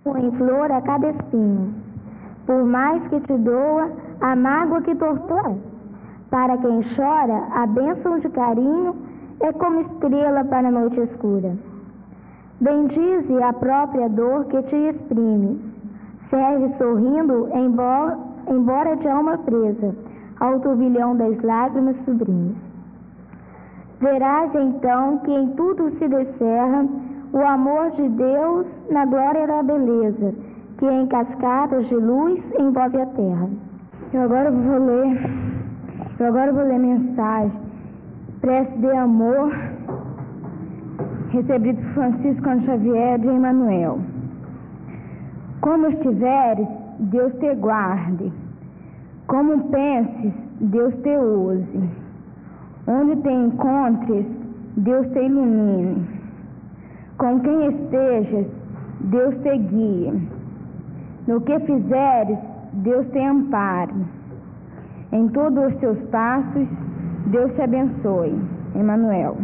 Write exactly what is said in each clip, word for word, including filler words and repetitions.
em flor a cada espinho, por mais que te doa a mágoa que tortura. Para quem chora, a bênção de carinho é como estrela para a noite escura. Bendize a própria dor que te exprime, serve sorrindo, embora, embora de alma presa, ao turbilhão das lágrimas sublimes. Verás então que em tudo se descerra o amor de Deus na glória da beleza, que em cascadas de luz envolve a terra. Eu agora vou ler, eu agora vou ler mensagem, prece de amor, recebido por Francisco Antônio Xavier de Emmanuel. Como estiveres, Deus te guarde. Como penses, Deus te use. Onde te encontres, Deus te ilumine. Com quem estejas, Deus te guie. No que fizeres, Deus te ampare. Em todos os teus passos, Deus te abençoe. Emmanuel.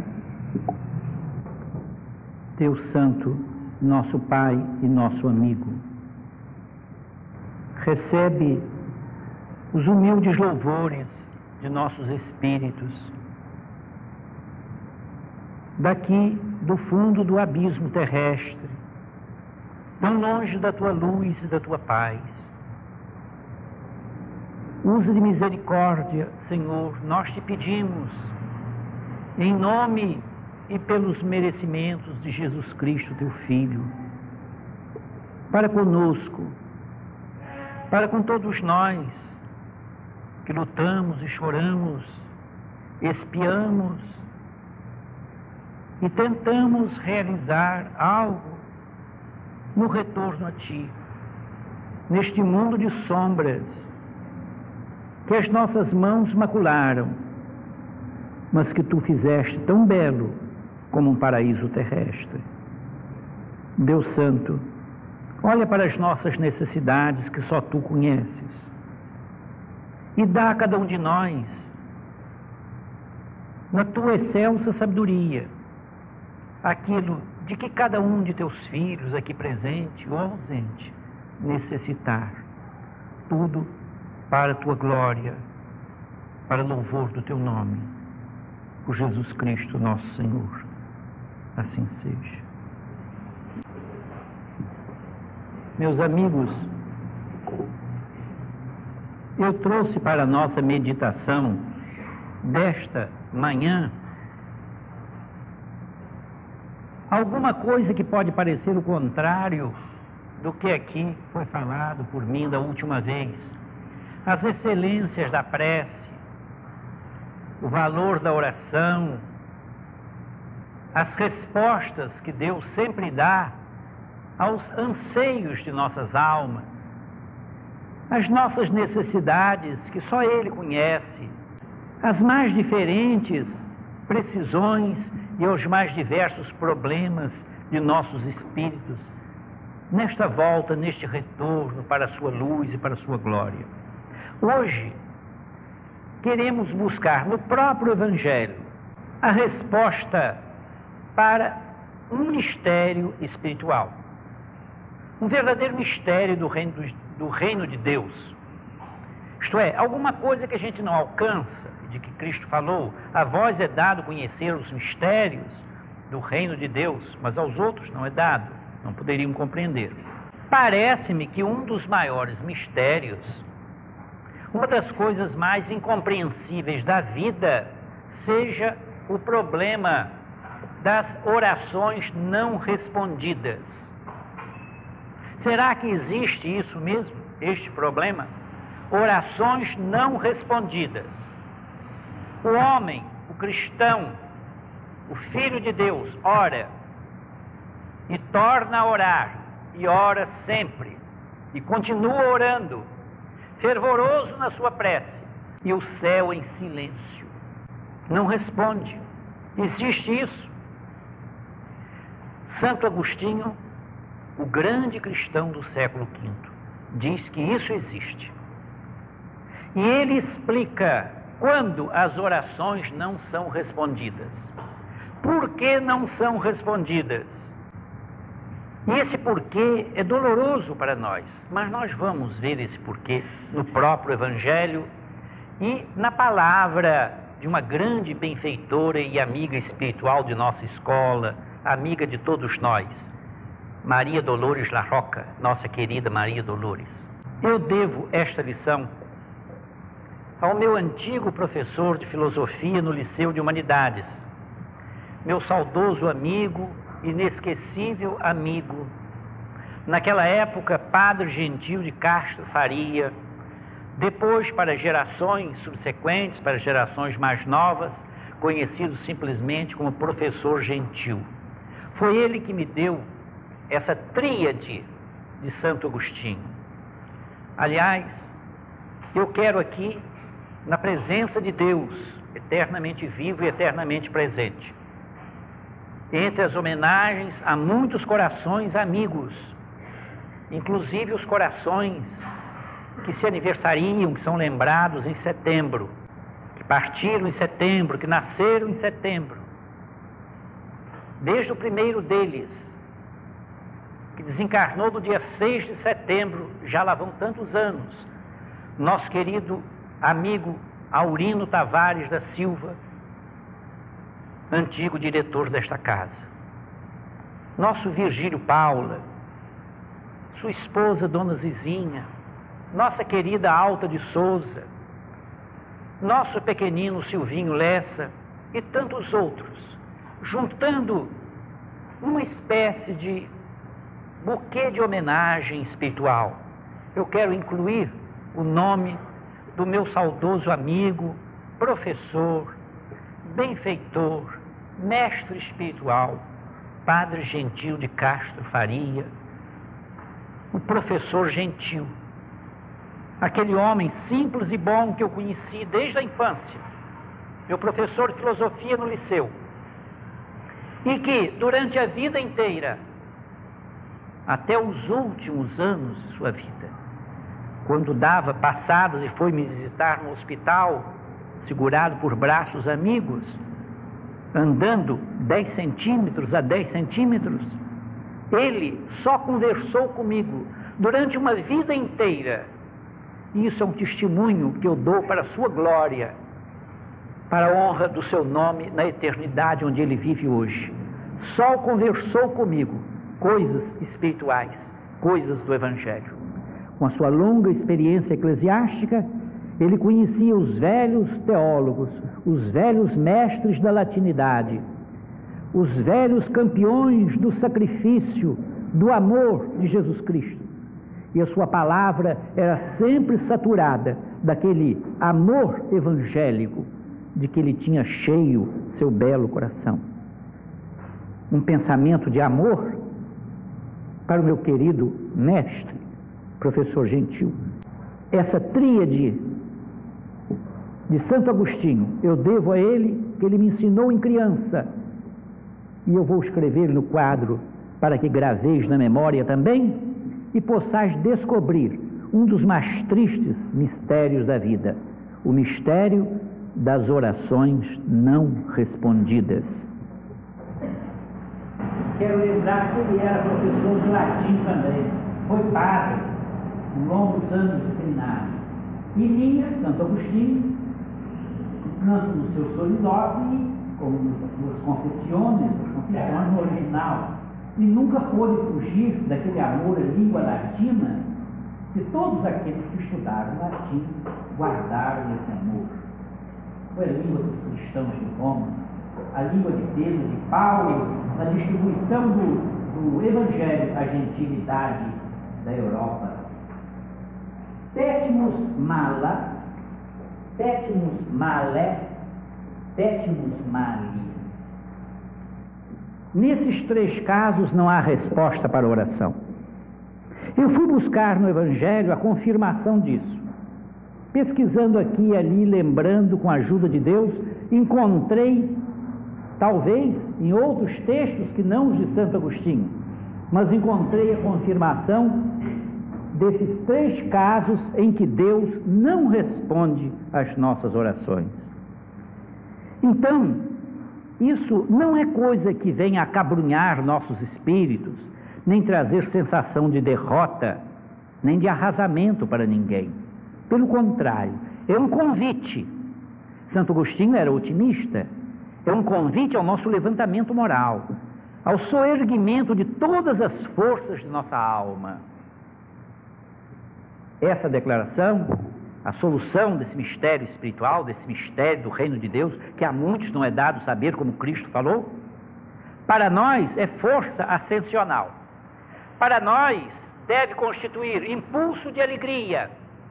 Deus Santo, nosso Pai e nosso amigo, recebe os humildes louvores de nossos espíritos, daqui do fundo do abismo terrestre, tão longe da tua luz e da tua paz. Usa de misericórdia, Senhor, nós te pedimos, em nome e pelos merecimentos de Jesus Cristo, teu Filho, para conosco, para com todos nós que lutamos e choramos, espiamos e tentamos realizar algo no retorno a Ti, neste mundo de sombras que as nossas mãos macularam, mas que Tu fizeste tão belo como um paraíso terrestre. Deus Santo, olha para as nossas necessidades que só Tu conheces e dá a cada um de nós, na Tua excelsa sabedoria, aquilo de que cada um de Teus filhos aqui presente ou ausente necessitar, tudo para a Tua glória, para louvor do Teu nome, por Jesus Cristo nosso Senhor. Assim seja. Meus amigos, eu trouxe para a nossa meditação desta manhã alguma coisa que pode parecer o contrário do que aqui foi falado por mim da última vez. As excelências da prece, o valor da oração, as respostas que Deus sempre dá aos anseios de nossas almas, as nossas necessidades que só Ele conhece, as mais diferentes precisões e os mais diversos problemas de nossos espíritos, nesta volta, neste retorno para a sua luz e para a sua glória. Hoje, queremos buscar no próprio Evangelho a resposta para um mistério espiritual, um verdadeiro mistério do reino, do, do reino de Deus. Isto é, alguma coisa que a gente não alcança, de que Cristo falou, a vós é dado conhecer os mistérios do reino de Deus, mas aos outros não é dado, não poderiam compreender. Parece-me que um dos maiores mistérios, uma das coisas mais incompreensíveis da vida, seja o problema das orações não respondidas. Será que existe isso mesmo, este problema? Orações não respondidas. O homem, o cristão, o Filho de Deus, ora e torna a orar, e ora sempre, e continua orando, fervoroso na sua prece, e o céu em silêncio, não responde. Existe isso. Santo Agostinho, o grande cristão do século quinto, diz que isso existe. E ele explica quando as orações não são respondidas. Por que não são respondidas? E esse porquê é doloroso para nós, mas nós vamos ver esse porquê no próprio Evangelho e na palavra de uma grande benfeitora e amiga espiritual de nossa escola, amiga de todos nós, Maria Dolores Larroca, nossa querida Maria Dolores. Eu devo esta lição ao meu antigo professor de filosofia no Liceu de Humanidades, meu saudoso amigo, inesquecível amigo, naquela época Padre Gentil de Castro Faria, depois para gerações subsequentes, para gerações mais novas, conhecido simplesmente como Professor Gentil. Foi ele que me deu essa tríade de Santo Agostinho. Aliás, eu quero aqui, na presença de Deus, eternamente vivo e eternamente presente, entre as homenagens a muitos corações amigos, inclusive os corações que se aniversariam, que são lembrados em setembro, que partiram em setembro, que nasceram em setembro. Desde o primeiro deles, que desencarnou no dia seis de setembro, já lá vão tantos anos, nosso querido amigo Aurino Tavares da Silva, antigo diretor desta casa. Nosso Virgílio Paula, sua esposa Dona Zizinha, nossa querida Alta de Souza, nosso pequenino Silvinho Lessa e tantos outros, juntando uma espécie de buquê de homenagem espiritual. Eu quero incluir o nome do meu saudoso amigo, professor, benfeitor, mestre espiritual, Padre Gentil de Castro Faria, o professor Gentil, aquele homem simples e bom que eu conheci desde a infância, meu professor de filosofia no liceu, e que durante a vida inteira, até os últimos anos de sua vida, quando dava passadas e foi me visitar no hospital, segurado por braços amigos, andando dez centímetros a dez centímetros, ele só conversou comigo durante uma vida inteira. E isso é um testemunho que eu dou para a sua glória, para a honra do seu nome na eternidade onde ele vive hoje. Só conversou comigo coisas espirituais, coisas do Evangelho. Com a sua longa experiência eclesiástica, ele conhecia os velhos teólogos, os velhos mestres da latinidade, os velhos campeões do sacrifício, do amor de Jesus Cristo. E a sua palavra era sempre saturada daquele amor evangélico de que ele tinha cheio seu belo coração. Um pensamento de amor para o meu querido mestre, professor Gentil. Essa tríade de Santo Agostinho, eu devo a ele, que ele me ensinou em criança, e eu vou escrever no quadro para que graveis na memória também e possais descobrir um dos mais tristes mistérios da vida, o mistério das orações não respondidas. Quero lembrar que ele era professor de latim também, foi padre, em longos anos de seminário, e lia Santo Agostinho, tanto no seu solilóquio, como nas suas confissões, nas confissões no original, e nunca pôde fugir daquele amor à língua latina, que todos aqueles que estudaram latim guardaram esse amor. Foi a língua dos cristãos de Roma, a língua de Pedro, de Paulo, na distribuição do, do Evangelho à gentilidade da Europa. Pétimus mala, pétimus male, pétimus mali. Nesses três casos não há resposta para a oração. Eu fui buscar no Evangelho a confirmação disso. Pesquisando aqui e ali, lembrando com a ajuda de Deus, encontrei, talvez em outros textos que não os de Santo Agostinho, mas encontrei a confirmação desses três casos em que Deus não responde às nossas orações. Então, isso não é coisa que venha acabrunhar nossos espíritos, nem trazer sensação de derrota, nem de arrasamento para ninguém. Pelo contrário, é um convite. Santo Agostinho era otimista. É um convite ao nosso levantamento moral, ao soerguimento de todas as forças de nossa alma. Essa declaração, a solução desse mistério espiritual, desse mistério do reino de Deus, que a muitos não é dado saber, como Cristo falou, para nós é força ascensional. Para nós deve constituir impulso de alegria,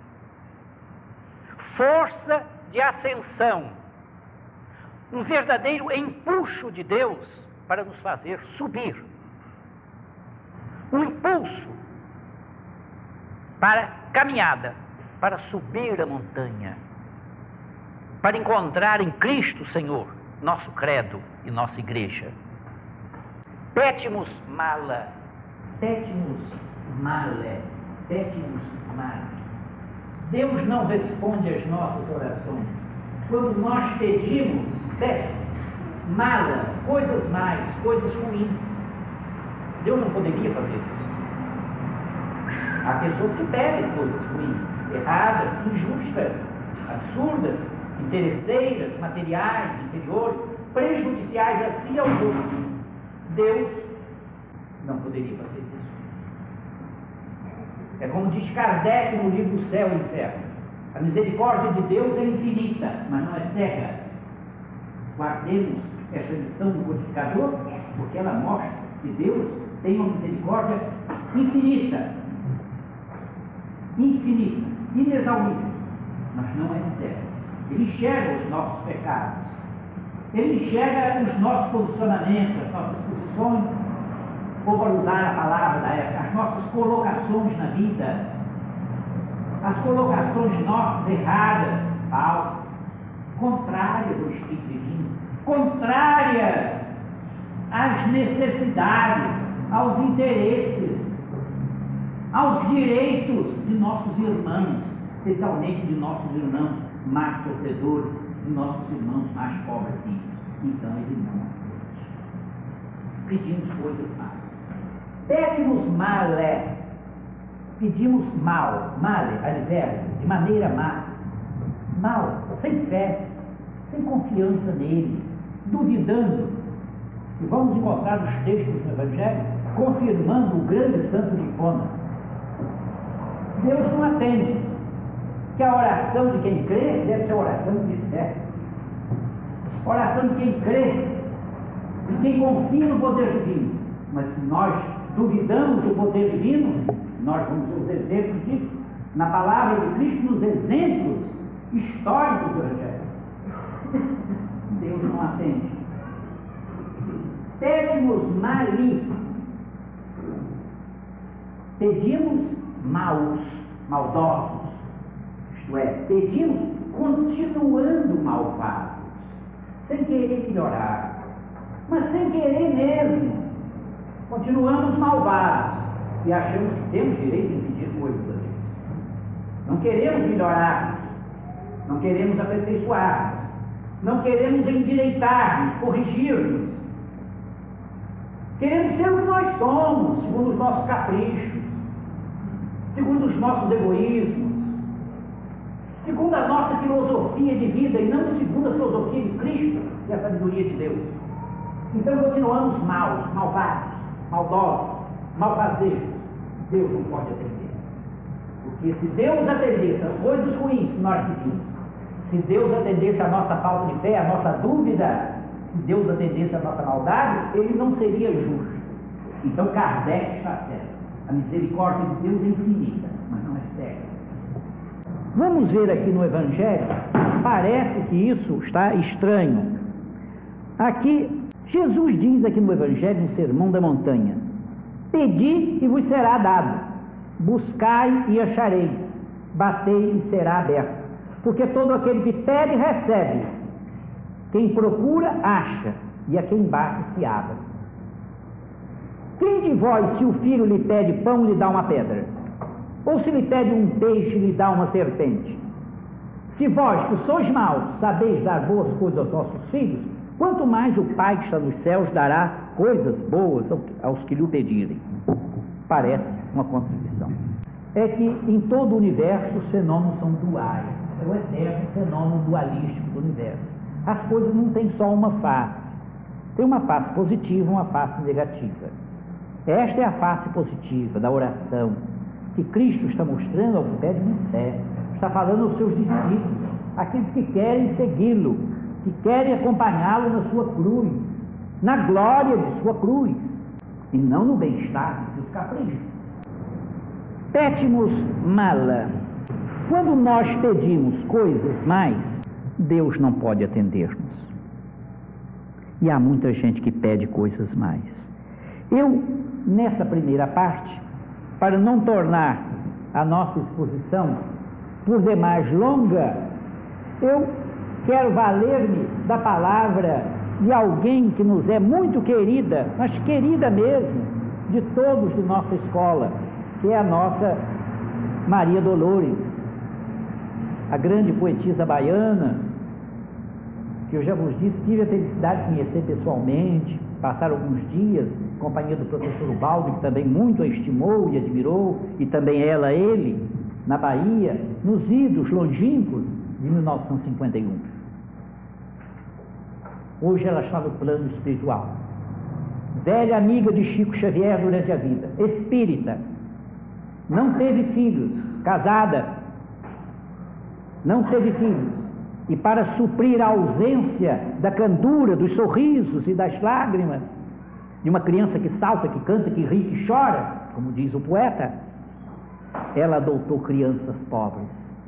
força de ascensão, um verdadeiro empuxo de Deus para nos fazer subir. Um impulso para caminhada, para subir a montanha, para encontrar em Cristo Senhor nosso credo e nossa igreja. Petimus mala, petimus male, petimus male. Deus não responde às nossas orações quando nós pedimos, petimus mala, coisas mais, coisas ruins. Deus não poderia fazer isso. Há pessoas que pedem coisas ruins, erradas, injustas, absurdas, interesseiras, materiais, inferiores, prejudiciais a si e aos outros. Deus não poderia fazer isso. É como diz Kardec no livro O Céu e o Inferno: a misericórdia de Deus é infinita, mas não é cega. Guardemos essa lição do codificador, porque ela mostra que Deus tem uma misericórdia infinita, infinita, inexaurível, mas não é cega. Ele enxerga os nossos pecados, ele enxerga os nossos posicionamentos, as nossas posições, ou para usar a palavra da época, as nossas colocações na vida, as colocações nossas erradas, falsas, contrárias ao Espírito Divino, contrárias às necessidades, aos interesses, aos direitos de nossos irmãos, especialmente de nossos irmãos mais sofredores, de nossos irmãos mais pobrezinhos. Então ele não aceita. Pedimos coisas más. Pedimos male, pedimos mal, male, advérbio, de maneira má, mal, sem fé, sem confiança nele, duvidando. E vamos encontrar os textos do Evangelho confirmando o grande santo de Hipona. Deus não atende, que a oração de quem crê deve ser a oração de fé. A oração de quem crê, de quem confia no poder divino. Mas se nós duvidamos do poder divino, nós vamos ter os exemplos disso na palavra de Cristo, nos exemplos históricos do Evangelho. Deus não atende. Pedimos mali, pedimos maus, maldosos, isto é, pedimos continuando malvados, sem querer melhorar, mas sem querer mesmo. Continuamos malvados e achamos que temos direito de pedir coisas a Deus. Não queremos melhorar, não queremos aperfeiçoar, não queremos endireitar, corrigir-nos. Queremos ser o que nós somos, segundo os nossos caprichos, segundo os nossos egoísmos, segundo a nossa filosofia de vida e não segundo a filosofia de Cristo e a sabedoria de Deus. Então continuamos maus, malvados, maldosos, malfazejos. Deus não pode atender. Porque se Deus atendesse as coisas ruins que nós pedimos, se Deus atendesse a nossa falta de fé, a nossa dúvida, se Deus atendesse a nossa maldade, ele não seria justo. Então Kardec está certo. A misericórdia de Deus é infinita, mas não é cega. Vamos ver aqui no Evangelho, parece que isso está estranho. Aqui, Jesus diz aqui no Evangelho, no Sermão da Montanha: pedi e vos será dado, buscai e achareis, batei e será aberto. Porque todo aquele que pede, recebe. Quem procura, acha, e a quem bate, se abre. Quem de vós, se o filho lhe pede pão, lhe dá uma pedra? Ou se lhe pede um peixe, lhe dá uma serpente? Se vós, que sois maus, sabeis dar boas coisas aos vossos filhos, quanto mais o Pai que está nos céus dará coisas boas aos que lhe pedirem. parece uma contradição. É que em todo o universo os fenômenos são duais. É o eterno fenômeno dualístico do universo. As coisas não têm só uma face. Tem uma face positiva e uma face negativa. Esta é a face positiva da oração que Cristo está mostrando ao pé de Moisés. Está falando aos seus discípulos, aqueles que querem segui-lo, que querem acompanhá-lo na sua cruz, na glória de sua cruz, e não no bem-estar de seus caprichos. Petimus mala. Quando nós pedimos coisas mais, Deus não pode atender-nos. E há muita gente que pede coisas mais. Eu, nessa primeira parte, para não tornar a nossa exposição por demais longa, eu quero valer-me da palavra de alguém que nos é muito querida, mas querida mesmo, de todos de nossa escola, que é a nossa Maria Dolores, a grande poetisa baiana, que eu já vos disse, tive a felicidade de conhecer pessoalmente, passar alguns dias em companhia do professor Ubaldo, que também muito a estimou e admirou, e também ela, ele, na Bahia, nos idos longínquos de mil novecentos e cinquenta e um. Hoje ela está no plano espiritual. Velha amiga de Chico Xavier durante a vida, espírita, não teve filhos, casada, não teve filhos. E para suprir a ausência da candura, dos sorrisos e das lágrimas de uma criança que salta, que canta, que ri, que chora, como diz o poeta, ela adotou crianças pobres.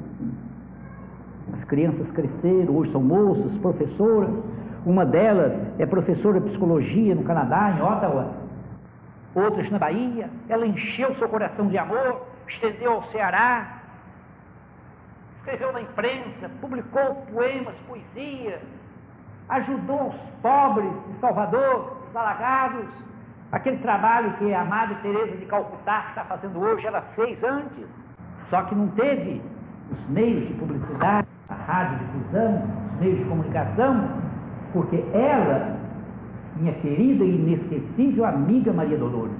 As crianças cresceram, hoje são moças, professoras. Uma delas é professora de psicologia no Canadá, em Ottawa. Outras na Bahia. Ela encheu seu coração de amor, estendeu ao Ceará, escreveu na imprensa, publicou poemas, poesias, ajudou os pobres de Salvador, os alagados. Aquele trabalho que a Madre Teresa de Calcutá está fazendo hoje, ela fez antes, só que não teve os meios de publicidade, a radiodifusão, os meios de comunicação, porque ela, minha querida e inesquecível amiga Maria Dolores,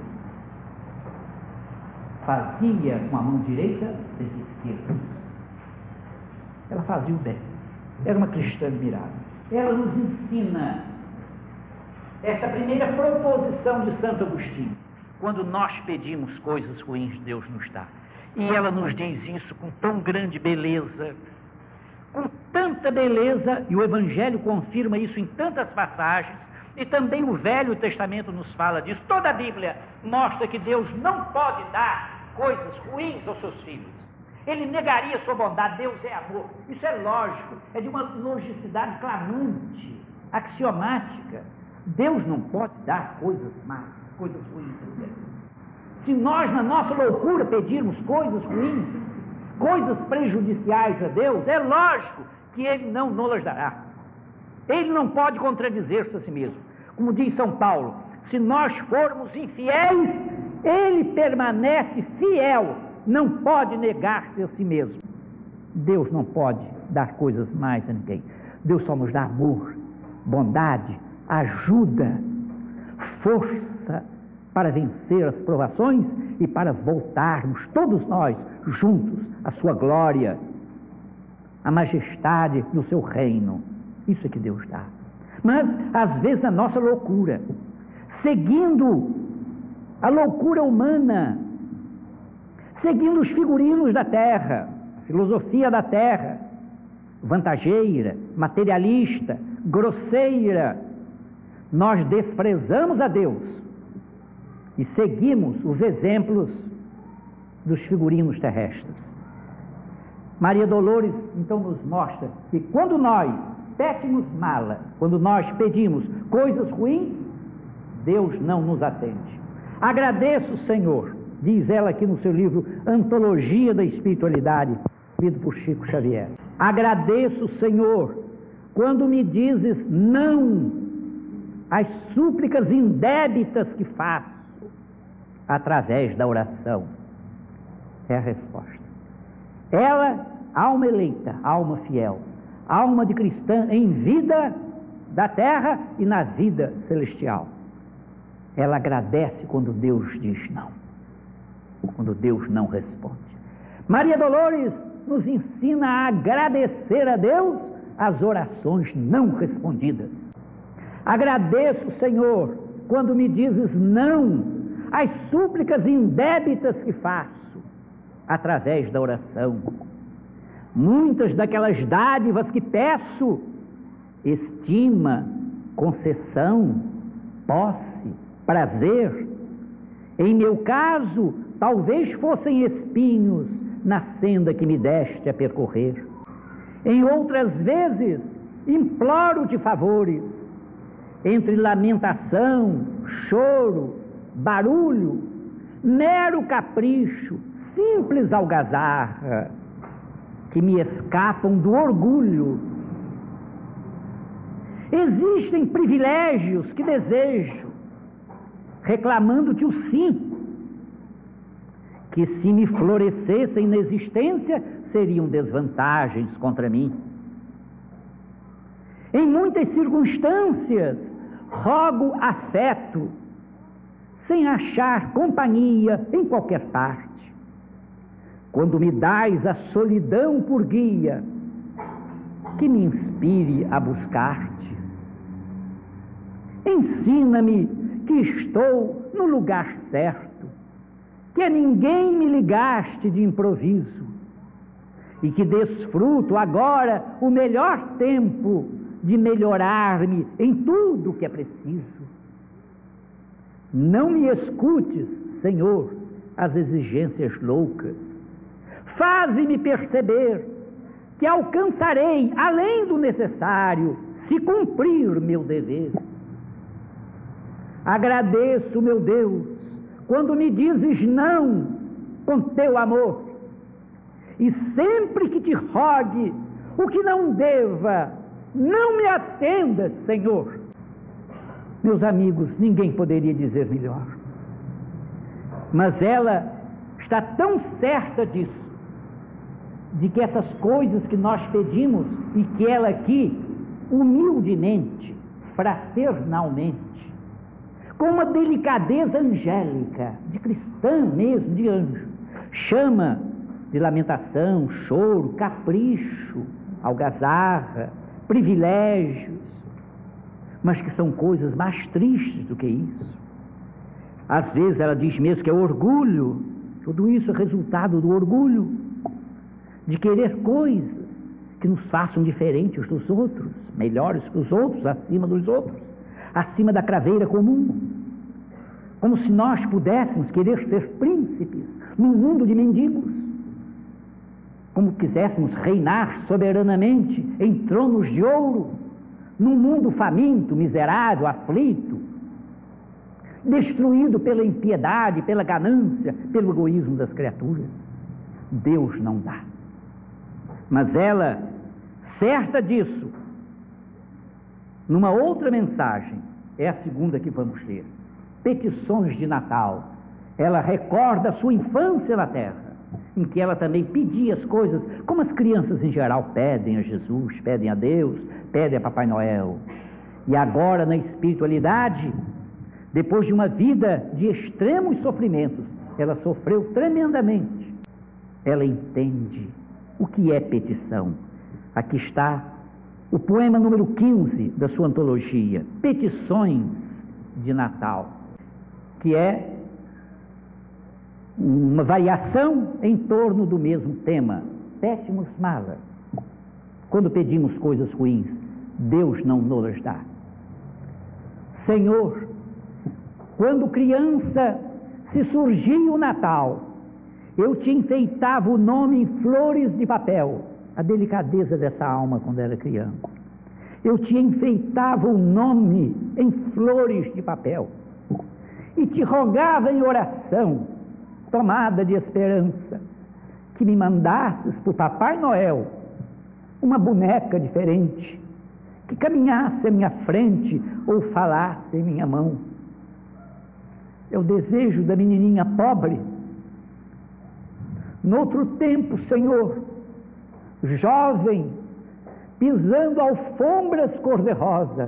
fazia com a mão direita desde esquerda. Ela fazia o bem. Era uma cristã admirável. Ela nos ensina essa primeira proposição de Santo Agostinho. Quando nós pedimos coisas ruins, Deus nos dá. E ela nos diz isso com tão grande beleza, com tanta beleza, e o Evangelho confirma isso em tantas passagens, e também o Velho Testamento nos fala disso. Toda a Bíblia mostra que Deus não pode dar coisas ruins aos seus filhos. Ele negaria sua bondade. Deus é amor. Isso é lógico, é de uma logicidade clamante, axiomática. Deus não pode dar coisas más, coisas ruins. Se nós, na nossa loucura, pedirmos coisas ruins, coisas prejudiciais a Deus, é lógico que Ele não nos dará. Ele não pode contradizer-se a si mesmo. Como diz São Paulo, se nós formos infiéis, Ele permanece fiel, não pode negar-se a si mesmo. Deus não pode dar coisas mais a ninguém. Deus só nos dá amor, bondade, ajuda, força para vencer as provações e para voltarmos todos nós juntos à sua glória, à majestade no seu reino. Isso é que Deus dá. Mas às vezes na nossa loucura, seguindo a loucura humana, seguindo os figurinos da terra, filosofia da terra, vantageira, materialista, grosseira, nós desprezamos a Deus e seguimos os exemplos dos figurinos terrestres. Maria Dolores então nos mostra que quando nós petimus mala, quando nós pedimos coisas ruins, Deus não nos atende. Agradeço, Senhor, diz ela aqui no seu livro Antologia da Espiritualidade, escrito por Chico Xavier. Agradeço, Senhor, quando me dizes não às súplicas indébitas que faço através da oração. É a resposta. Ela, alma eleita, alma fiel, alma de cristã em vida da terra e na vida celestial. Ela agradece quando Deus diz não. quando Deus não responde. Maria Dolores nos ensina a agradecer a Deus as orações não respondidas. Agradeço, Senhor, quando me dizes não às súplicas indébitas que faço através da oração. Muitas daquelas dádivas que peço, estima, concessão, posse, prazer, em meu caso, talvez fossem espinhos na senda que me deste a percorrer. Em outras vezes, imploro-te favores, entre lamentação, choro, barulho, mero capricho, simples algazarra, que me escapam do orgulho. Existem privilégios que desejo, reclamando-te o sim, que se me florescessem na existência, seriam desvantagens contra mim. Em muitas circunstâncias, rogo afeto, sem achar companhia em qualquer parte. Quando me dás a solidão por guia, que me inspire a buscar-te. Ensina-me que estou no lugar certo, que a ninguém me ligaste de improviso, e que desfruto agora o melhor tempo de melhorar-me em tudo o que é preciso. Não me escutes, Senhor, as exigências loucas. Faze-me perceber que alcançarei além do necessário, se cumprir meu dever. Agradeço, meu Deus, quando me dizes não com teu amor, e sempre que te rogue o que não deva, não me atendas, Senhor. Meus amigos, ninguém poderia dizer melhor, mas ela está tão certa disso, de que essas coisas que nós pedimos e que ela aqui, humildemente, fraternalmente, com uma delicadeza angélica, de cristã mesmo, de anjo, chama de lamentação, choro, capricho, algazarra, privilégios, mas que são coisas mais tristes do que isso. Às vezes ela diz mesmo que é orgulho. Tudo isso é resultado do orgulho, de querer coisas que nos façam diferentes dos outros, melhores que os outros, acima dos outros, acima da craveira comum, como se nós pudéssemos querer ser príncipes num mundo de mendigos, como quiséssemos reinar soberanamente em tronos de ouro, num mundo faminto, miserável, aflito, destruído pela impiedade, pela ganância, pelo egoísmo das criaturas. Deus não dá. Mas ela, certa disso, numa outra mensagem, é a segunda que vamos ler, Petições de Natal, ela recorda a sua infância na terra, em que ela também pedia as coisas, como as crianças em geral pedem a Jesus, pedem a Deus, pedem a Papai Noel. E agora, na espiritualidade, depois de uma vida de extremos sofrimentos, ela sofreu tremendamente. Ela entende o que é petição. Aqui está o poema número quinze da sua antologia, Petições de Natal, que é uma variação em torno do mesmo tema. Petimus mala. Quando pedimos coisas ruins, Deus não nos dá. Senhor, quando criança, se surgia o Natal, eu te enfeitava o nome em flores de papel. A delicadeza dessa alma quando era criança. Eu te enfeitava o nome em flores de papel e te rogava em oração, tomada de esperança, que me mandasses para o Papai Noel uma boneca diferente, que caminhasse à minha frente ou falasse em minha mão. É o desejo da menininha pobre. Noutro tempo, Senhor, jovem, pisando alfombras cor-de-rosa,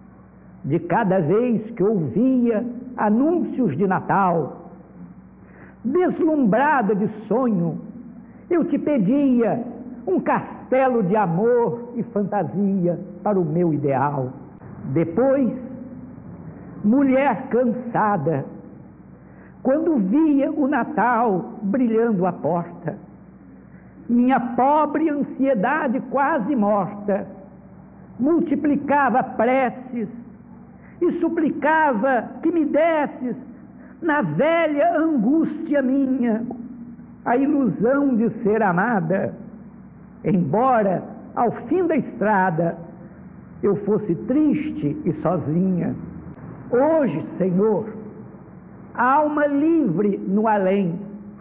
de cada vez que ouvia anúncios de Natal, deslumbrada de sonho, eu te pedia um castelo de amor e fantasia para o meu ideal. Depois, mulher cansada, quando via o Natal brilhando à porta, minha pobre ansiedade quase morta, multiplicava preces e suplicava que me desses, na velha angústia minha, a ilusão de ser amada, embora ao fim da estrada eu fosse triste e sozinha. Hoje, Senhor, alma livre no além,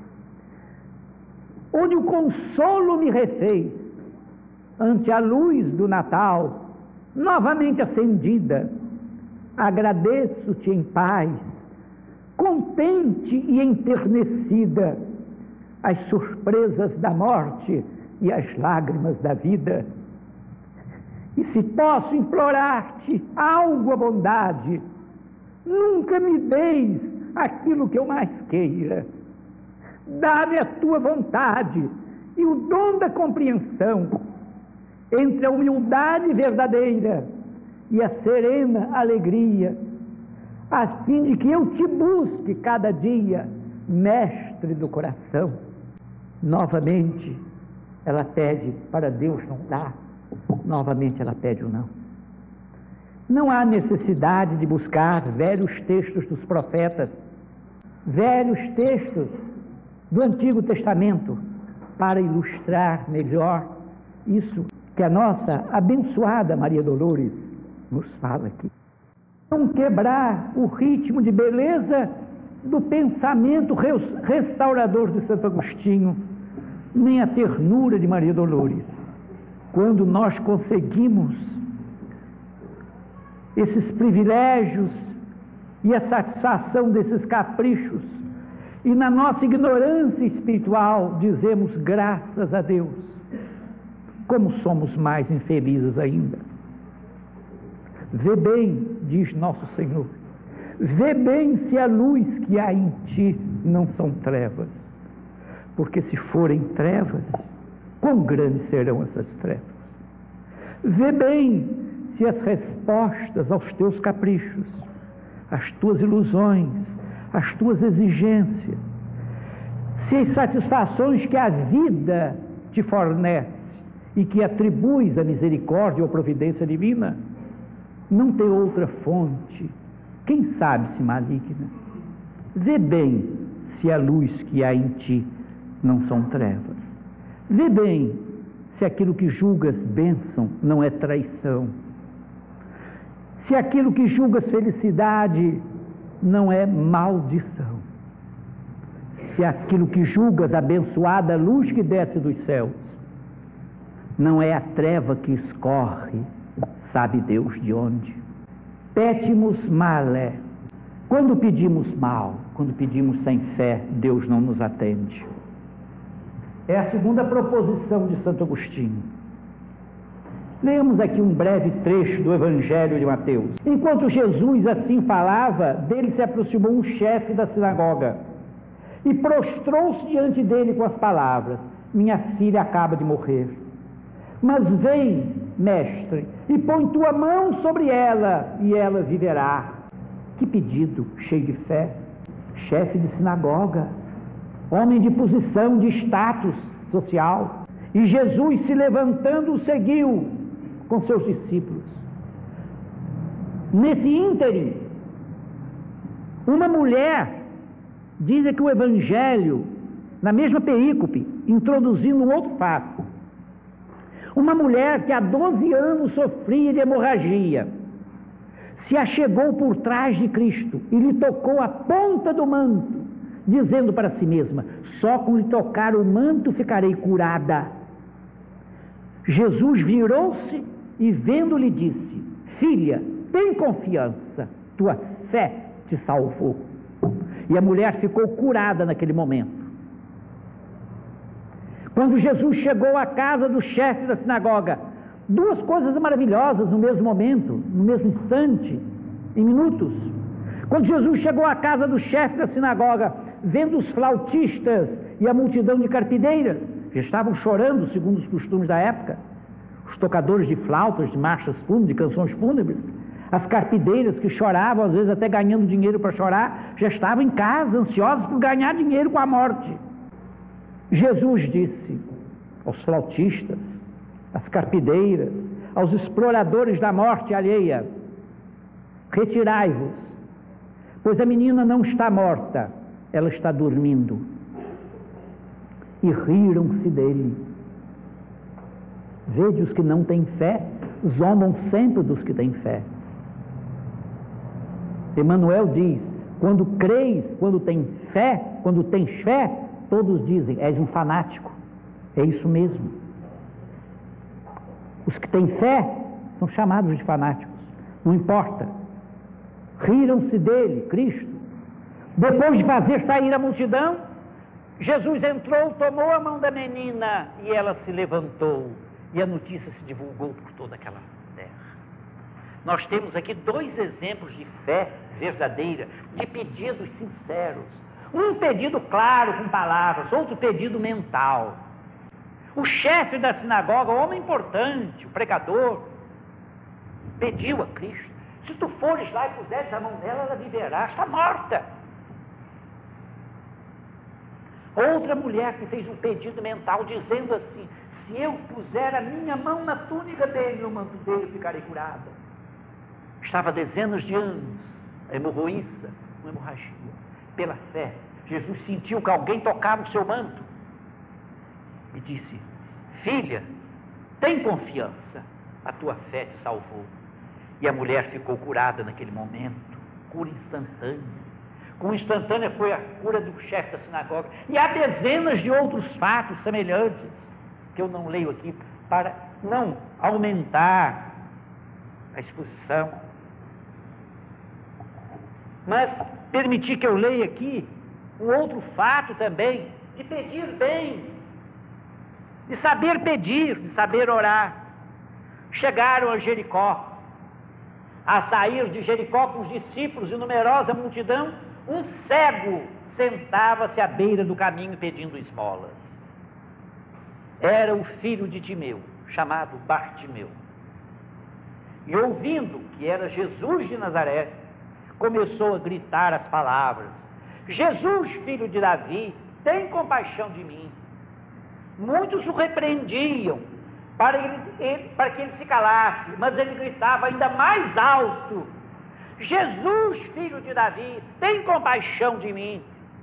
onde o consolo me refez, ante a luz do Natal, novamente acendida, agradeço-te em paz, contente e enternecida, as surpresas da morte e as lágrimas da vida. E se posso implorar-te algo à bondade, nunca me deis aquilo que eu mais queira. Dá-me a tua vontade e o dom da compreensão entre a humildade verdadeira e a serena alegria, a fim de que eu te busque cada dia, mestre do coração. Novamente, ela pede para Deus não dar, novamente ela pede o não. Não há necessidade de buscar velhos textos dos profetas, velhos textos do Antigo Testamento, para ilustrar melhor isso que a nossa abençoada Maria Dolores nos fala aqui. Não quebrar o ritmo de beleza do pensamento restaurador de Santo Agostinho, nem a ternura de Maria Dolores. Quando nós conseguimos esses privilégios e a satisfação desses caprichos, e na nossa ignorância espiritual dizemos graças a Deus, como somos mais infelizes ainda. Vê bem, diz nosso Senhor, vê bem se a luz que há em ti não são trevas, porque se forem trevas, quão grandes serão essas trevas. Vê bem se as respostas aos teus caprichos, as tuas ilusões, as tuas exigências, se as satisfações que a vida te fornece e que atribuis à misericórdia ou providência divina, não tem outra fonte, quem sabe se maligna. Vê bem se a luz que há em ti não são trevas. Vê bem se aquilo que julgas bênção não é traição. Se aquilo que julgas felicidade não é maldição. Se aquilo que julgas abençoada luz que desce dos céus não é a treva que escorre, sabe Deus de onde. Petimus male. Quando pedimos mal, quando pedimos sem fé, Deus não nos atende. É a segunda proposição de Santo Agostinho. Leamos aqui um breve trecho do Evangelho de Mateus. Enquanto Jesus assim falava, dele se aproximou um chefe da sinagoga e prostrou-se diante dele com as palavras: minha filha acaba de morrer, mas vem, mestre, e põe tua mão sobre ela e ela viverá. Que pedido cheio de fé! Chefe de sinagoga, homem de posição, de status social, e Jesus, se levantando, o seguiu com seus discípulos. Nesse ínterim, uma mulher, diz que o Evangelho, na mesma perícope, introduzindo um outro fato, uma mulher que há doze anos sofria de hemorragia, se achegou por trás de Cristo e lhe tocou a ponta do manto, dizendo para si mesma: só com lhe tocar o manto ficarei curada. Jesus virou-se e, vendo-lhe, disse: filha, tem confiança, tua fé te salvou. E a mulher ficou curada naquele momento. Quando Jesus chegou à casa do chefe da sinagoga, duas coisas maravilhosas no mesmo momento, no mesmo instante, em minutos. Quando Jesus chegou à casa do chefe da sinagoga, vendo os flautistas e a multidão de carpideiras, que estavam chorando, segundo os costumes da época, os tocadores de flautas, de marchas fúnebres, de canções fúnebres, as carpideiras que choravam, às vezes até ganhando dinheiro para chorar, já estavam em casa, ansiosas por ganhar dinheiro com a morte. Jesus disse aos flautistas, às carpideiras, aos exploradores da morte alheia: retirai-vos, pois a menina não está morta, ela está dormindo. E riram-se dele. Vede, os que não têm fé zombam sempre dos que têm fé. Emmanuel diz: quando creis, quando tens fé, quando tens fé, todos dizem: és um fanático. É isso mesmo. Os que têm fé são chamados de fanáticos, não importa. Riram-se dele, Cristo. Depois de fazer sair a multidão, Jesus entrou, tomou a mão da menina e ela se levantou. E a notícia se divulgou por toda aquela terra. Nós temos aqui dois exemplos de fé verdadeira, de pedidos sinceros. Um pedido claro com palavras, outro pedido mental. O chefe da sinagoga, o homem importante, o pregador, pediu a Cristo: se tu fores lá e puseres a mão dela, ela viverá, está morta. Outra mulher que fez um pedido mental, dizendo assim: se eu puser a minha mão na túnica dele, no manto dele, ficarei curada. Estava há dezenas de anos, a hemorroíça, uma hemorragia. Pela fé, Jesus sentiu que alguém tocava o seu manto e disse: filha, tem confiança, a tua fé te salvou. E a mulher ficou curada naquele momento, cura instantânea. Com instantânea foi a cura do chefe da sinagoga. E há dezenas de outros fatos semelhantes, que eu não leio aqui, para não aumentar a exposição. Mas permitir que eu leia aqui um outro fato também, de pedir bem, de saber pedir, de saber orar. Chegaram a Jericó. A sair de Jericó com os discípulos e numerosa multidão, um cego sentava-se à beira do caminho pedindo esmolas. Era o filho de Timeu, chamado Bartimeu. E ouvindo que era Jesus de Nazaré, começou a gritar as palavras: Jesus, filho de Davi, tem compaixão de mim. Muitos o repreendiam para, ele, ele, para que ele se calasse, mas ele gritava ainda mais alto: Jesus, filho de Davi, tem compaixão de mim.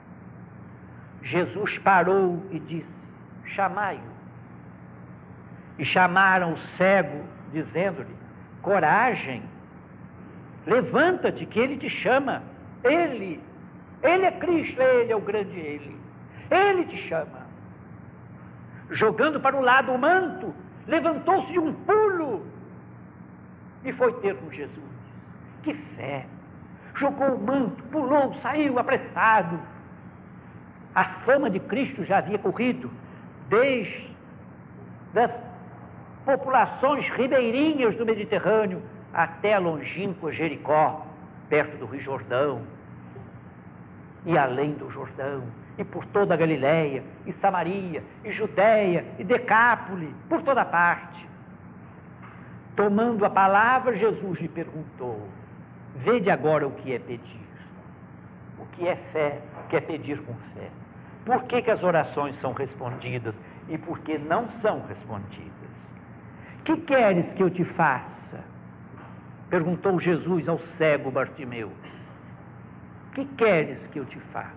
Jesus parou e disse: chamai-o. E chamaram o cego, dizendo-lhe: coragem, levanta-te, que ele te chama. Ele, ele é Cristo, ele é o grande ele. Ele te chama. Jogando para o lado o manto, levantou-se de um pulo e foi ter com Jesus. Que fé! Jogou o manto, pulou, saiu apressado. A fama de Cristo já havia corrido desde das populações ribeirinhas do Mediterrâneo até a longínqua Jericó, perto do Rio Jordão, e além do Jordão, e por toda a Galileia, e Samaria, e Judéia, e Decápole, por toda parte. Tomando a palavra, Jesus lhe perguntou: vede agora o que é pedir. O que é fé, o que é pedir com fé. Por que que as orações são respondidas e por que não são respondidas? Que queres que eu te faça? Perguntou Jesus ao cego Bartimeu. Que queres que eu te faça?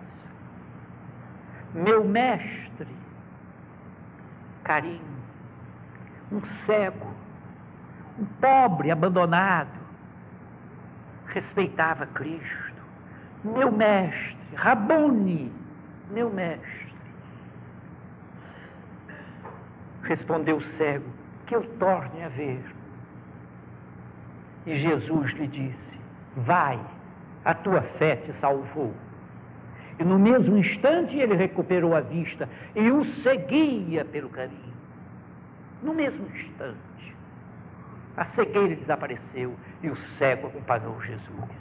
Meu mestre, carinho, um cego, um pobre abandonado, respeitava Cristo. Meu mestre, Rabone, meu mestre. Respondeu o cego: que eu torne a ver. E Jesus lhe disse: vai, a tua fé te salvou. E no mesmo instante ele recuperou a vista e o seguia pelo caminho. No mesmo instante, a cegueira desapareceu e o cego acompanhou Jesus.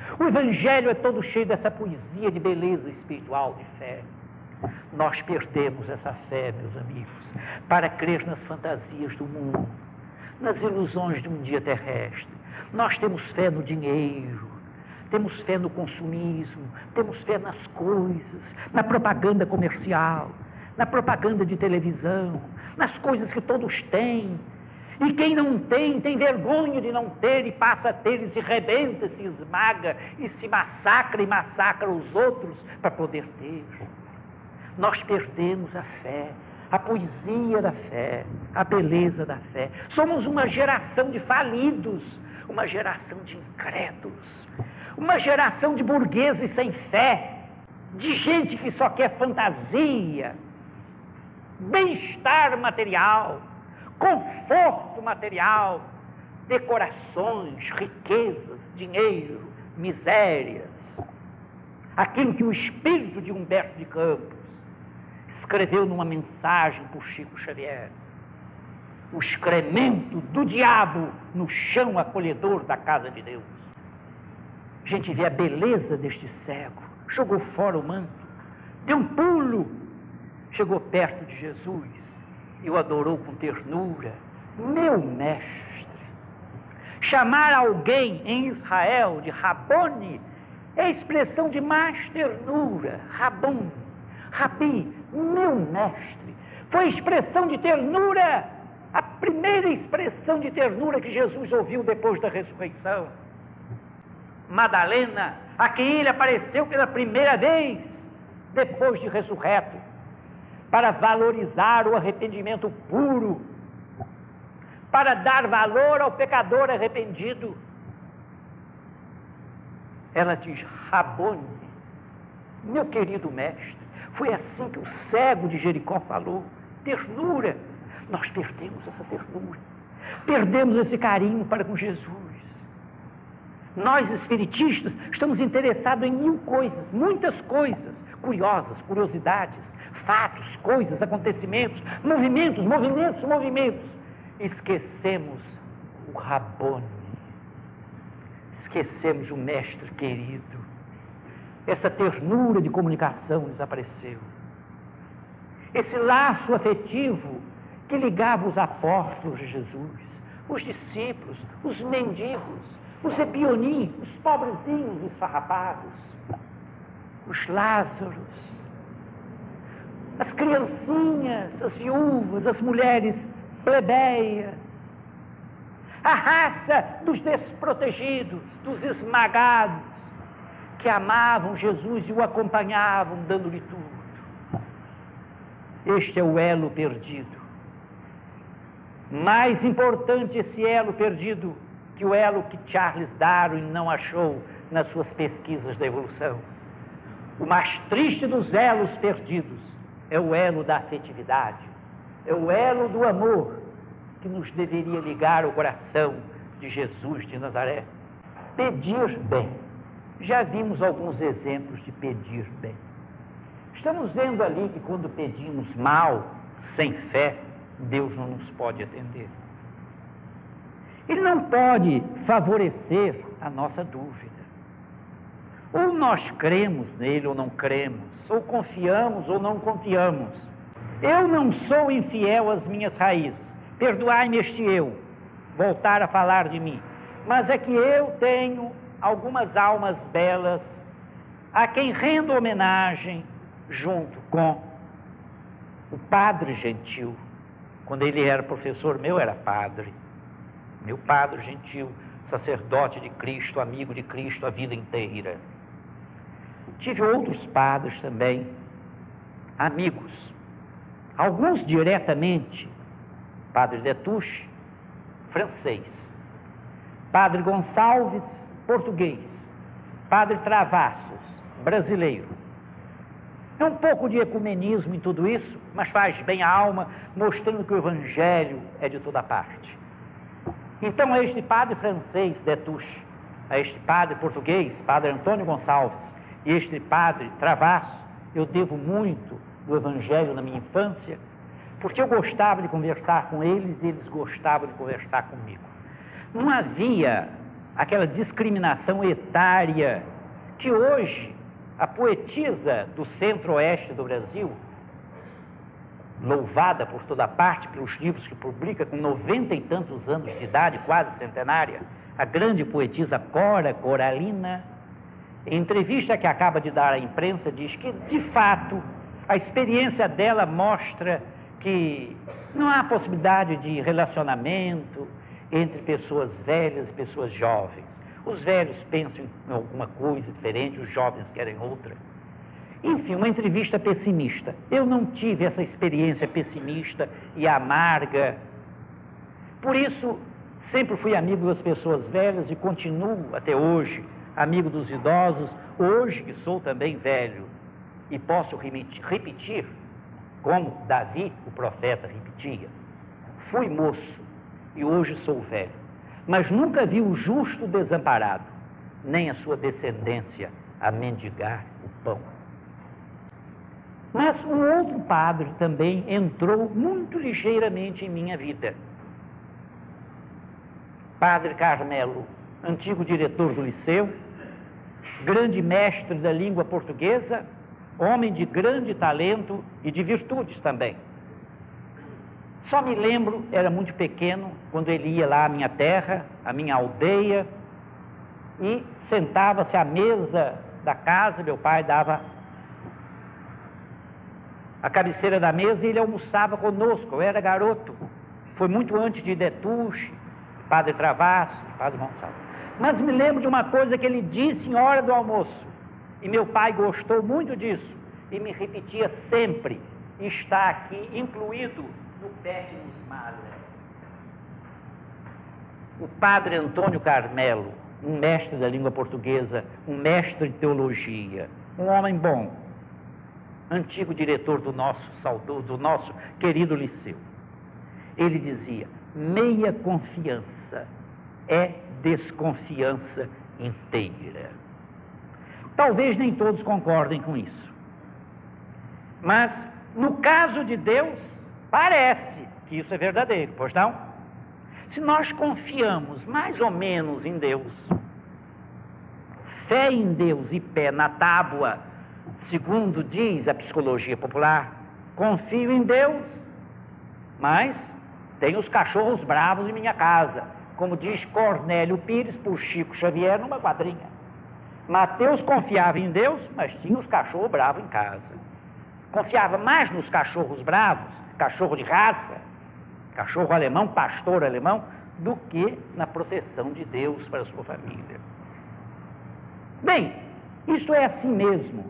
O Evangelho é todo cheio dessa poesia de beleza espiritual, de fé. Nós perdemos essa fé, meus amigos, para crer nas fantasias do mundo, nas ilusões de um dia terrestre. Nós temos fé no dinheiro, temos fé no consumismo, temos fé nas coisas, na propaganda comercial, na propaganda de televisão, nas coisas que todos têm. E quem não tem, tem vergonha de não ter e passa a ter e se rebenta, se esmaga e se massacra e massacra os outros para poder ter. Nós perdemos a fé, a poesia da fé, a beleza da fé. Somos uma geração de falidos, uma geração de incrédulos, uma geração de burgueses sem fé, de gente que só quer fantasia, bem-estar material, conforto material, decorações, riquezas, dinheiro, misérias. Aquilo que o espírito de Humberto de Campos escreveu numa mensagem por Chico Xavier: o excremento do diabo no chão acolhedor da casa de Deus. A gente vê a beleza deste cego, jogou fora o manto, deu um pulo, chegou perto de Jesus e o adorou com ternura. Meu mestre. Chamar alguém em Israel de Rabone é a expressão de mais ternura. Rabon, Rabi, meu mestre. Foi expressão de ternura, a primeira expressão de ternura que Jesus ouviu depois da ressurreição. Madalena, a quem ele apareceu pela primeira vez depois de ressurreto, para valorizar o arrependimento puro, para dar valor ao pecador arrependido. Ela diz: Rabone, meu querido mestre. Foi assim que o cego de Jericó falou. Ternura. Nós perdemos essa ternura, perdemos esse carinho para com Jesus. Nós espiritistas estamos interessados em mil coisas, muitas coisas curiosas, curiosidades, fatos, coisas, acontecimentos, movimentos, movimentos, movimentos. Esquecemos o Rabone, esquecemos o mestre querido. Essa ternura de comunicação desapareceu. Esse laço afetivo que ligava os apóstolos de Jesus, os discípulos, os mendigos, os ebionim, os pobrezinhos esfarrapados, os Lázaros, as criancinhas, as viúvas, as mulheres plebeias, a raça dos desprotegidos, dos esmagados, que amavam Jesus e o acompanhavam, dando-lhe tudo. Este é o elo perdido. Mais importante esse elo perdido que o elo que Charles Darwin não achou nas suas pesquisas da evolução. O mais triste dos elos perdidos é o elo da afetividade, é o elo do amor que nos deveria ligar ao coração de Jesus de Nazaré. Pedir bem. Já vimos alguns exemplos de pedir bem. Estamos vendo ali que quando pedimos mal, sem fé, Deus não nos pode atender. Ele não pode favorecer a nossa dúvida. Ou nós cremos nele ou não cremos, ou confiamos ou não confiamos. Eu não sou infiel às minhas raízes. Perdoai-me este eu, voltar a falar de mim. Mas é que eu tenho algumas almas belas a quem rendo homenagem junto com o Padre Gentil. Quando ele era professor meu, era padre. Meu Padre Gentil, sacerdote de Cristo, amigo de Cristo a vida inteira. Tive outros padres também, amigos. Alguns diretamente. Padre Destouches, francês. Padre Gonçalves, português. Padre Travassos, brasileiro. É um pouco de ecumenismo em tudo isso, mas faz bem a alma, mostrando que o Evangelho é de toda parte. Então, a este padre francês, Destouches, a este padre português, Padre Antônio Gonçalves, e este padre Travassos, eu devo muito do Evangelho na minha infância, porque eu gostava de conversar com eles e eles gostavam de conversar comigo. Não havia aquela discriminação etária que hoje a poetisa do centro-oeste do Brasil, louvada por toda parte pelos livros que publica, com noventa e tantos anos de idade, quase centenária, a grande poetisa Cora Coralina, em entrevista que acaba de dar à imprensa, diz que, de fato, a experiência dela mostra que não há possibilidade de relacionamento entre pessoas velhas e pessoas jovens. Os velhos pensam em alguma coisa diferente, os jovens querem outra. Enfim, uma entrevista pessimista. Eu não tive essa experiência pessimista e amarga. Por isso, sempre fui amigo das pessoas velhas e continuo até hoje amigo dos idosos, hoje que sou também velho. E posso repetir, como Davi, o profeta, repetia: fui moço e hoje sou velho, mas nunca vi o justo desamparado, nem a sua descendência a mendigar o pão. Mas um outro padre também entrou muito ligeiramente em minha vida. Padre Carmelo, antigo diretor do liceu, grande mestre da língua portuguesa, homem de grande talento e de virtudes também. Só me lembro, era muito pequeno, quando ele ia lá à minha terra, à minha aldeia, e sentava-se à mesa da casa, meu pai dava a cabeceira da mesa e ele almoçava conosco. Eu era garoto, foi muito antes de Detuche, Padre Travassos, Padre Gonçalves. Mas me lembro de uma coisa que ele disse em hora do almoço, e meu pai gostou muito disso, e me repetia sempre, e está aqui incluído no Pétimus Male. O padre Antônio Carmelo, um mestre da língua portuguesa, um mestre de teologia, um homem bom, antigo diretor do nosso saudoso, do nosso querido liceu. Ele dizia: meia confiança é desconfiança inteira. Talvez nem todos concordem com isso, mas no caso de Deus parece que isso é verdadeiro, pois não? Se nós confiamos mais ou menos em Deus, fé em Deus e pé na tábua, segundo diz a psicologia popular, confio em Deus, mas tenho os cachorros bravos em minha casa, como diz Cornélio Pires por Chico Xavier numa quadrinha. Mateus confiava em Deus, mas tinha os cachorros bravos em casa. Confiava mais nos cachorros bravos, cachorro de raça, cachorro alemão, pastor alemão, do que na proteção de Deus para a sua família. Bem, isso é assim mesmo.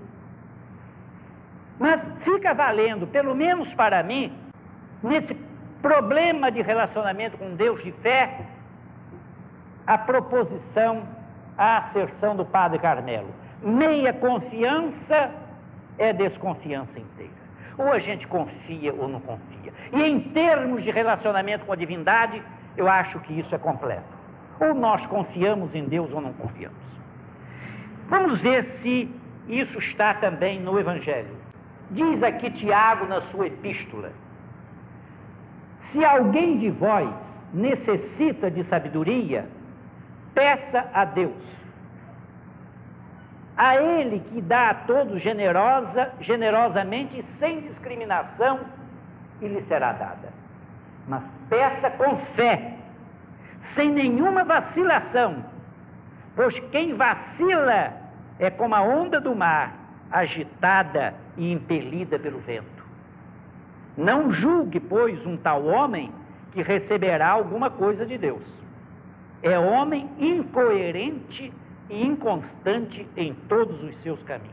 Mas fica valendo, pelo menos para mim, nesse problema de relacionamento com Deus de fé, a proposição, a asserção do Padre Carmelo: meia confiança é desconfiança inteira. Ou a gente confia ou não confia. E em termos de relacionamento com a divindade, eu acho que isso é completo. Ou nós confiamos em Deus ou não confiamos. Vamos ver se isso está também no Evangelho. Diz aqui Tiago na sua epístola: se alguém de vós necessita de sabedoria, peça a Deus, a Ele que dá a todos generosa, generosamente e sem discriminação, e lhe será dada. Mas peça com fé, sem nenhuma vacilação, pois quem vacila é como a onda do mar, agitada e impelida pelo vento. Não julgue, pois, um tal homem que receberá alguma coisa de Deus. É homem incoerente e inconstante em todos os seus caminhos.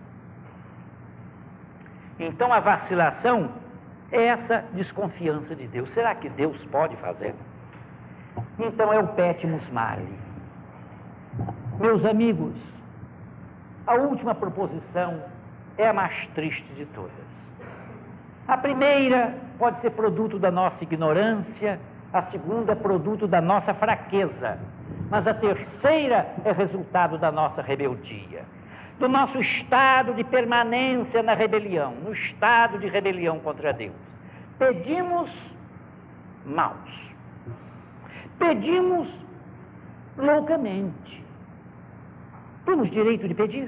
Então a vacilação é essa desconfiança de Deus. Será que Deus pode fazer? Então é o Pétimus Male. Meus amigos, a última proposição é a mais triste de todas. A primeira pode ser produto da nossa ignorância, a segunda é produto da nossa fraqueza, mas a terceira é resultado da nossa rebeldia, do nosso estado de permanência na rebelião, no estado de rebelião contra Deus. Pedimos maus, pedimos loucamente. Temos direito de pedir?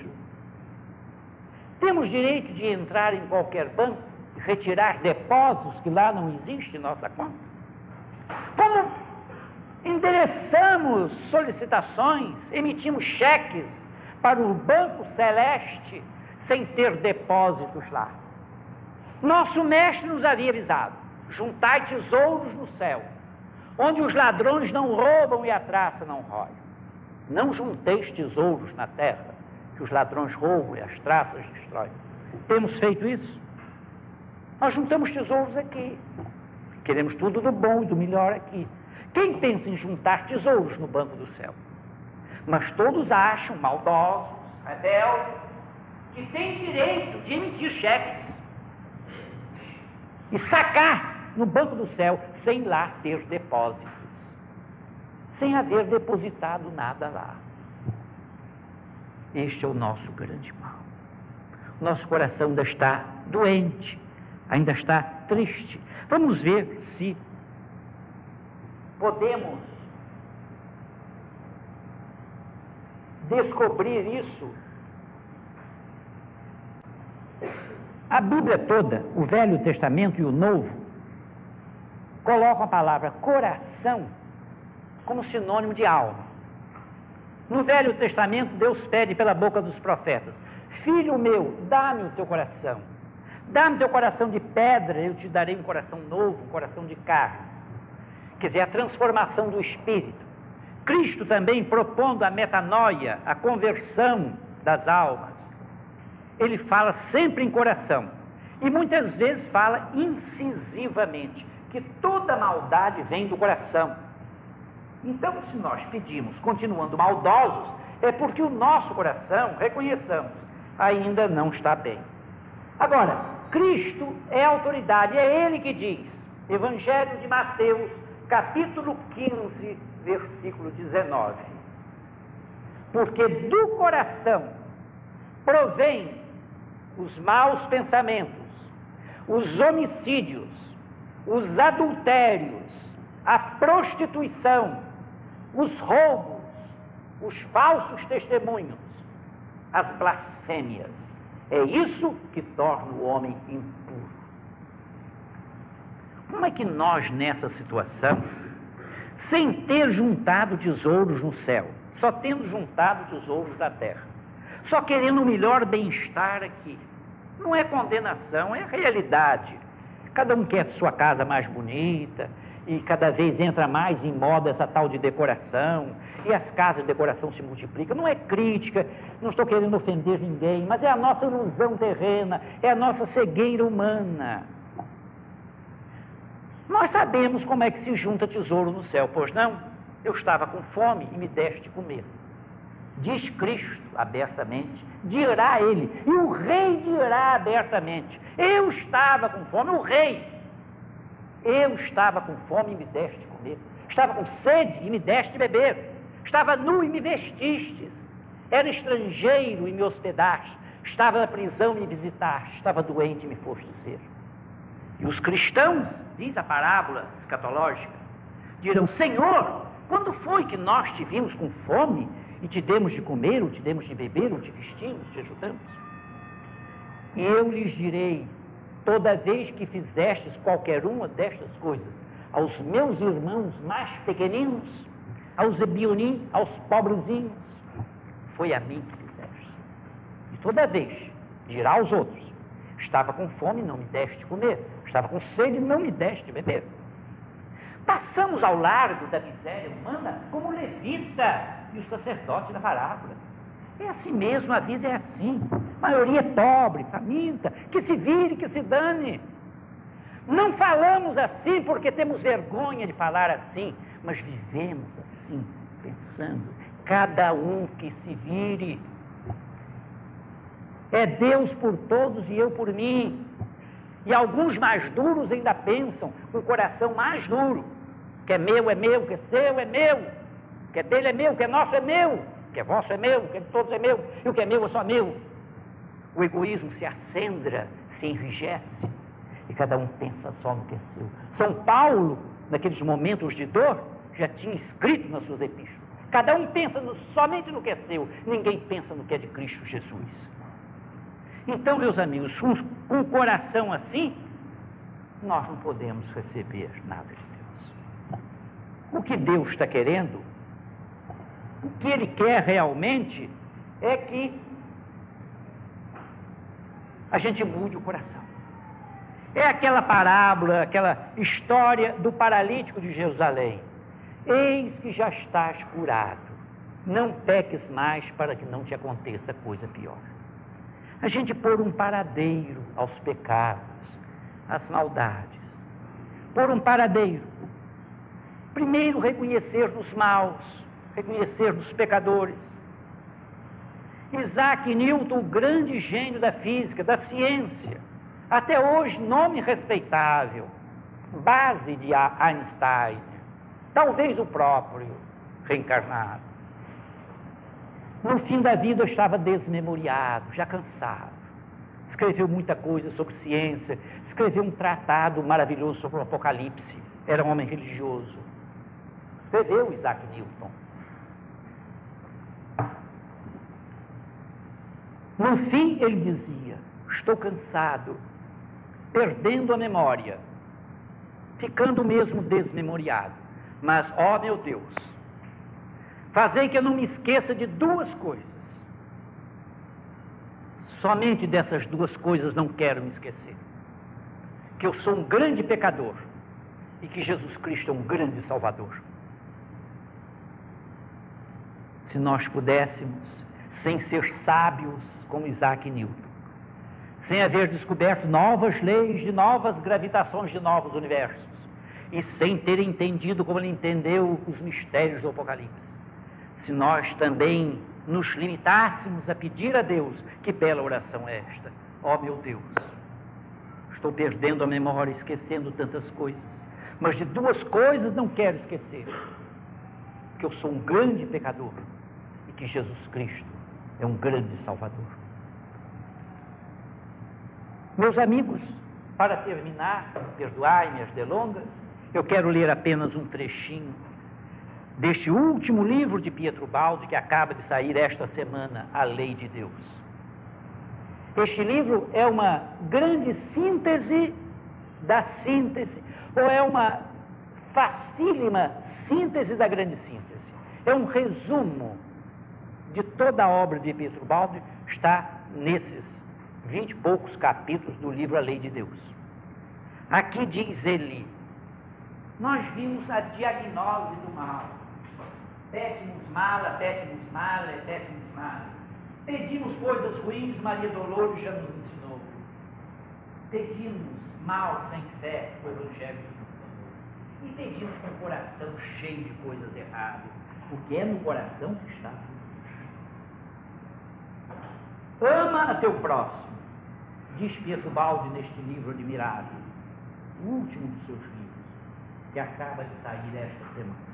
Temos direito de entrar em qualquer banco e retirar depósitos que lá não existem em nossa conta? Como endereçamos solicitações, emitimos cheques para o Banco Celeste sem ter depósitos lá? Nosso mestre nos havia avisado: juntai tesouros no céu, onde os ladrões não roubam e a traça não rói. Não junteis tesouros na terra, que os ladrões roubam e as traças destroem. Temos feito isso? Nós juntamos tesouros aqui. Queremos tudo do bom e do melhor aqui. Quem pensa em juntar tesouros no banco do céu? Mas todos acham, maldosos, rebeldes, que têm direito de emitir cheques e sacar no banco do céu sem lá ter depósitos, sem haver depositado nada lá. Este é o nosso grande mal. Nosso coração ainda está doente, ainda está triste. Vamos ver se podemos descobrir isso. A Bíblia toda, o Velho Testamento e o Novo, colocam a palavra coração como sinônimo de alma. No Velho Testamento, Deus pede pela boca dos profetas: filho meu, dá-me o teu coração. Dá-me teu coração de pedra, eu te darei um coração novo, um coração de carne. Quer dizer, a transformação do espírito. Cristo também propondo a metanoia, a conversão das almas. Ele fala sempre em coração. E muitas vezes fala incisivamente, que toda maldade vem do coração. Então, se nós pedimos, continuando maldosos, é porque o nosso coração, reconheçamos, ainda não está bem. Agora, Cristo é a autoridade, é Ele que diz, Evangelho de Mateus, capítulo quinze, versículo dezenove. Porque do coração provém os maus pensamentos, os homicídios, os adultérios, a prostituição, os roubos, os falsos testemunhos, as blasfêmias. É isso que torna o homem impuro. Como é que nós, nessa situação, sem ter juntado tesouros no céu, só tendo juntado tesouros da terra, só querendo o melhor bem-estar aqui, não é condenação, é realidade. Cada um quer sua casa mais bonita, e cada vez entra mais em moda essa tal de decoração, e as casas de decoração se multiplicam. Não é crítica, não estou querendo ofender ninguém, mas é a nossa ilusão terrena, é a nossa cegueira humana. Nós sabemos como é que se junta tesouro no céu, pois não? Eu estava com fome e me deste comer. Diz Cristo abertamente, dirá ele, e o rei dirá abertamente: eu estava com fome, o rei, eu estava com fome e me deste comer, estava com sede e me deste beber, estava nu e me vestistes, era estrangeiro e me hospedaste, estava na prisão e me visitaste, estava doente e me foste ver. E os cristãos, diz a parábola escatológica, dirão: Senhor, quando foi que nós te vimos com fome e te demos de comer, ou te demos de beber, ou te vestimos, te ajudamos? E eu lhes direi: toda vez que fizestes qualquer uma destas coisas aos meus irmãos mais pequeninos, aos ebionim, aos pobrezinhos, foi a mim que fizeste. E toda vez dirá aos outros: estava com fome e não me deste comer, estava com sede e não me deste beber. Passamos ao largo da miséria humana como o levita e o sacerdote da parábola. É assim mesmo, a vida é assim. A maioria é pobre, faminta, que se vire, que se dane. Não falamos assim porque temos vergonha de falar assim, mas vivemos assim, pensando, cada um que se vire. É Deus por todos e eu por mim. E alguns mais duros ainda pensam, com o coração mais duro, que é meu é meu, que é seu é meu, que é dele é meu, que é nosso é meu, que é vosso é meu, que é de todos é meu, e o que é meu é só meu. O egoísmo se acendra, se enrijece, e cada um pensa só no que é seu. São Paulo, naqueles momentos de dor, já tinha escrito nas suas epístolas: Cada um pensa no, somente no que é seu, ninguém pensa no que é de Cristo Jesus. Então, meus amigos, com um coração assim, nós não podemos receber nada de Deus. O que Deus está querendo, o que Ele quer realmente, é que a gente mude o coração. É aquela parábola, aquela história do paralítico de Jerusalém. Eis que já estás curado, não peques mais para que não te aconteça coisa pior. A gente pôr um paradeiro aos pecados, às maldades. Pôr um paradeiro. Primeiro reconhecer nos maus, reconhecer nos pecadores. Isaac Newton, o grande gênio da física, da ciência, até hoje nome respeitável, base de Einstein, talvez o próprio reencarnado. No fim da vida estava desmemoriado, já cansado. Escreveu muita coisa sobre ciência, escreveu um tratado maravilhoso sobre o Apocalipse, era um homem religioso. Escreveu Isaac Newton. No fim ele dizia: estou cansado, perdendo a memória, ficando mesmo desmemoriado. Mas, ó meu Deus, fazei que eu não me esqueça de duas coisas. Somente dessas duas coisas não quero me esquecer. Que eu sou um grande pecador e que Jesus Cristo é um grande Salvador. Se nós pudéssemos, sem ser sábios como Isaac Newton, sem haver descoberto novas leis de novas gravitações de novos universos, e sem ter entendido como ele entendeu os mistérios do Apocalipse, se nós também nos limitássemos a pedir a Deus, que bela oração é esta: ó meu Deus, estou perdendo a memória, esquecendo tantas coisas, mas de duas coisas não quero esquecer: que eu sou um grande pecador e que Jesus Cristo é um grande Salvador. Meus amigos, para terminar, perdoai-me as delongas, eu quero ler apenas um trechinho deste último livro de Pietro Baldi, que acaba de sair esta semana, A Lei de Deus. Este livro é uma grande síntese da síntese, ou é uma facílima síntese da grande síntese. É um resumo de toda a obra de Pietro Baldi, está nesses vinte e poucos capítulos do livro A Lei de Deus. Aqui diz ele: nós vimos a diagnose do mal. Pétimos mala, pétimos mala, pétimos mala. Pedimos coisas ruins, Maria Dolores já nos ensinou. Pedimos mal sem fé, o Evangelho do Senhor. E pedimos com o coração cheio de coisas erradas, porque é no coração que está. Ama a teu próximo, diz Pietro Baldi neste livro admirável, o último dos seus livros, que acaba de sair esta semana.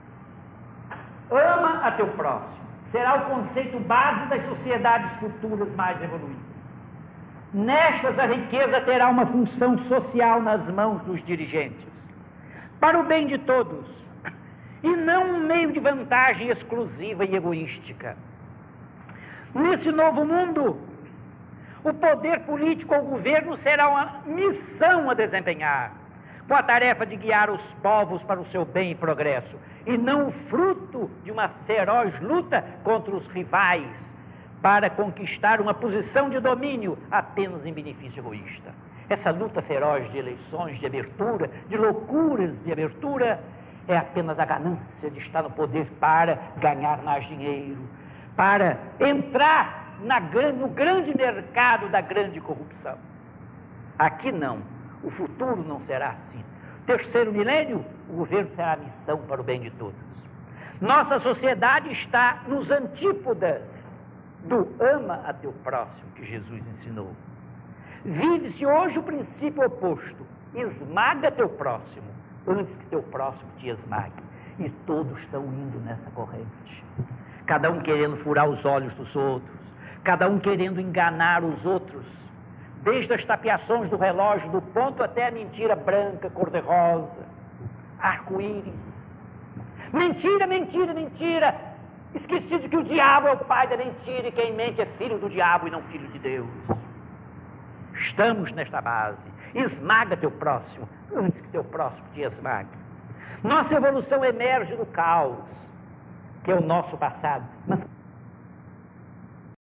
Ama a teu próximo será o conceito base das sociedades futuras mais evoluídas. Nestas, a riqueza terá uma função social nas mãos dos dirigentes, para o bem de todos, e não um meio de vantagem exclusiva e egoística. Nesse novo mundo, o poder político ou governo será uma missão a desempenhar, com a tarefa de guiar os povos para o seu bem e progresso, e não o fruto de uma feroz luta contra os rivais para conquistar uma posição de domínio apenas em benefício egoísta. Essa luta feroz de eleições, de abertura, de loucuras de abertura, é apenas a ganância de estar no poder para ganhar mais dinheiro, para entrar na, no grande mercado da grande corrupção. Aqui não, o futuro não será assim. Terceiro milênio, o governo será a missão para o bem de todos. Nossa sociedade está nos antípodas do ama a teu próximo que Jesus ensinou. Vive-se hoje o princípio oposto: esmaga teu próximo antes que teu próximo te esmague. E todos estão indo nessa corrente, cada um querendo furar os olhos dos outros, cada um querendo enganar os outros, desde as tapeações do relógio do ponto até a mentira branca, cor-de-rosa, arco-íris. Mentira, mentira, mentira. Esquecido que o diabo é o pai da mentira e quem mente é filho do diabo e não filho de Deus. Estamos nesta base. Esmaga teu próximo antes que teu próximo te esmague. Nossa evolução emerge do caos, que é o nosso passado. Mas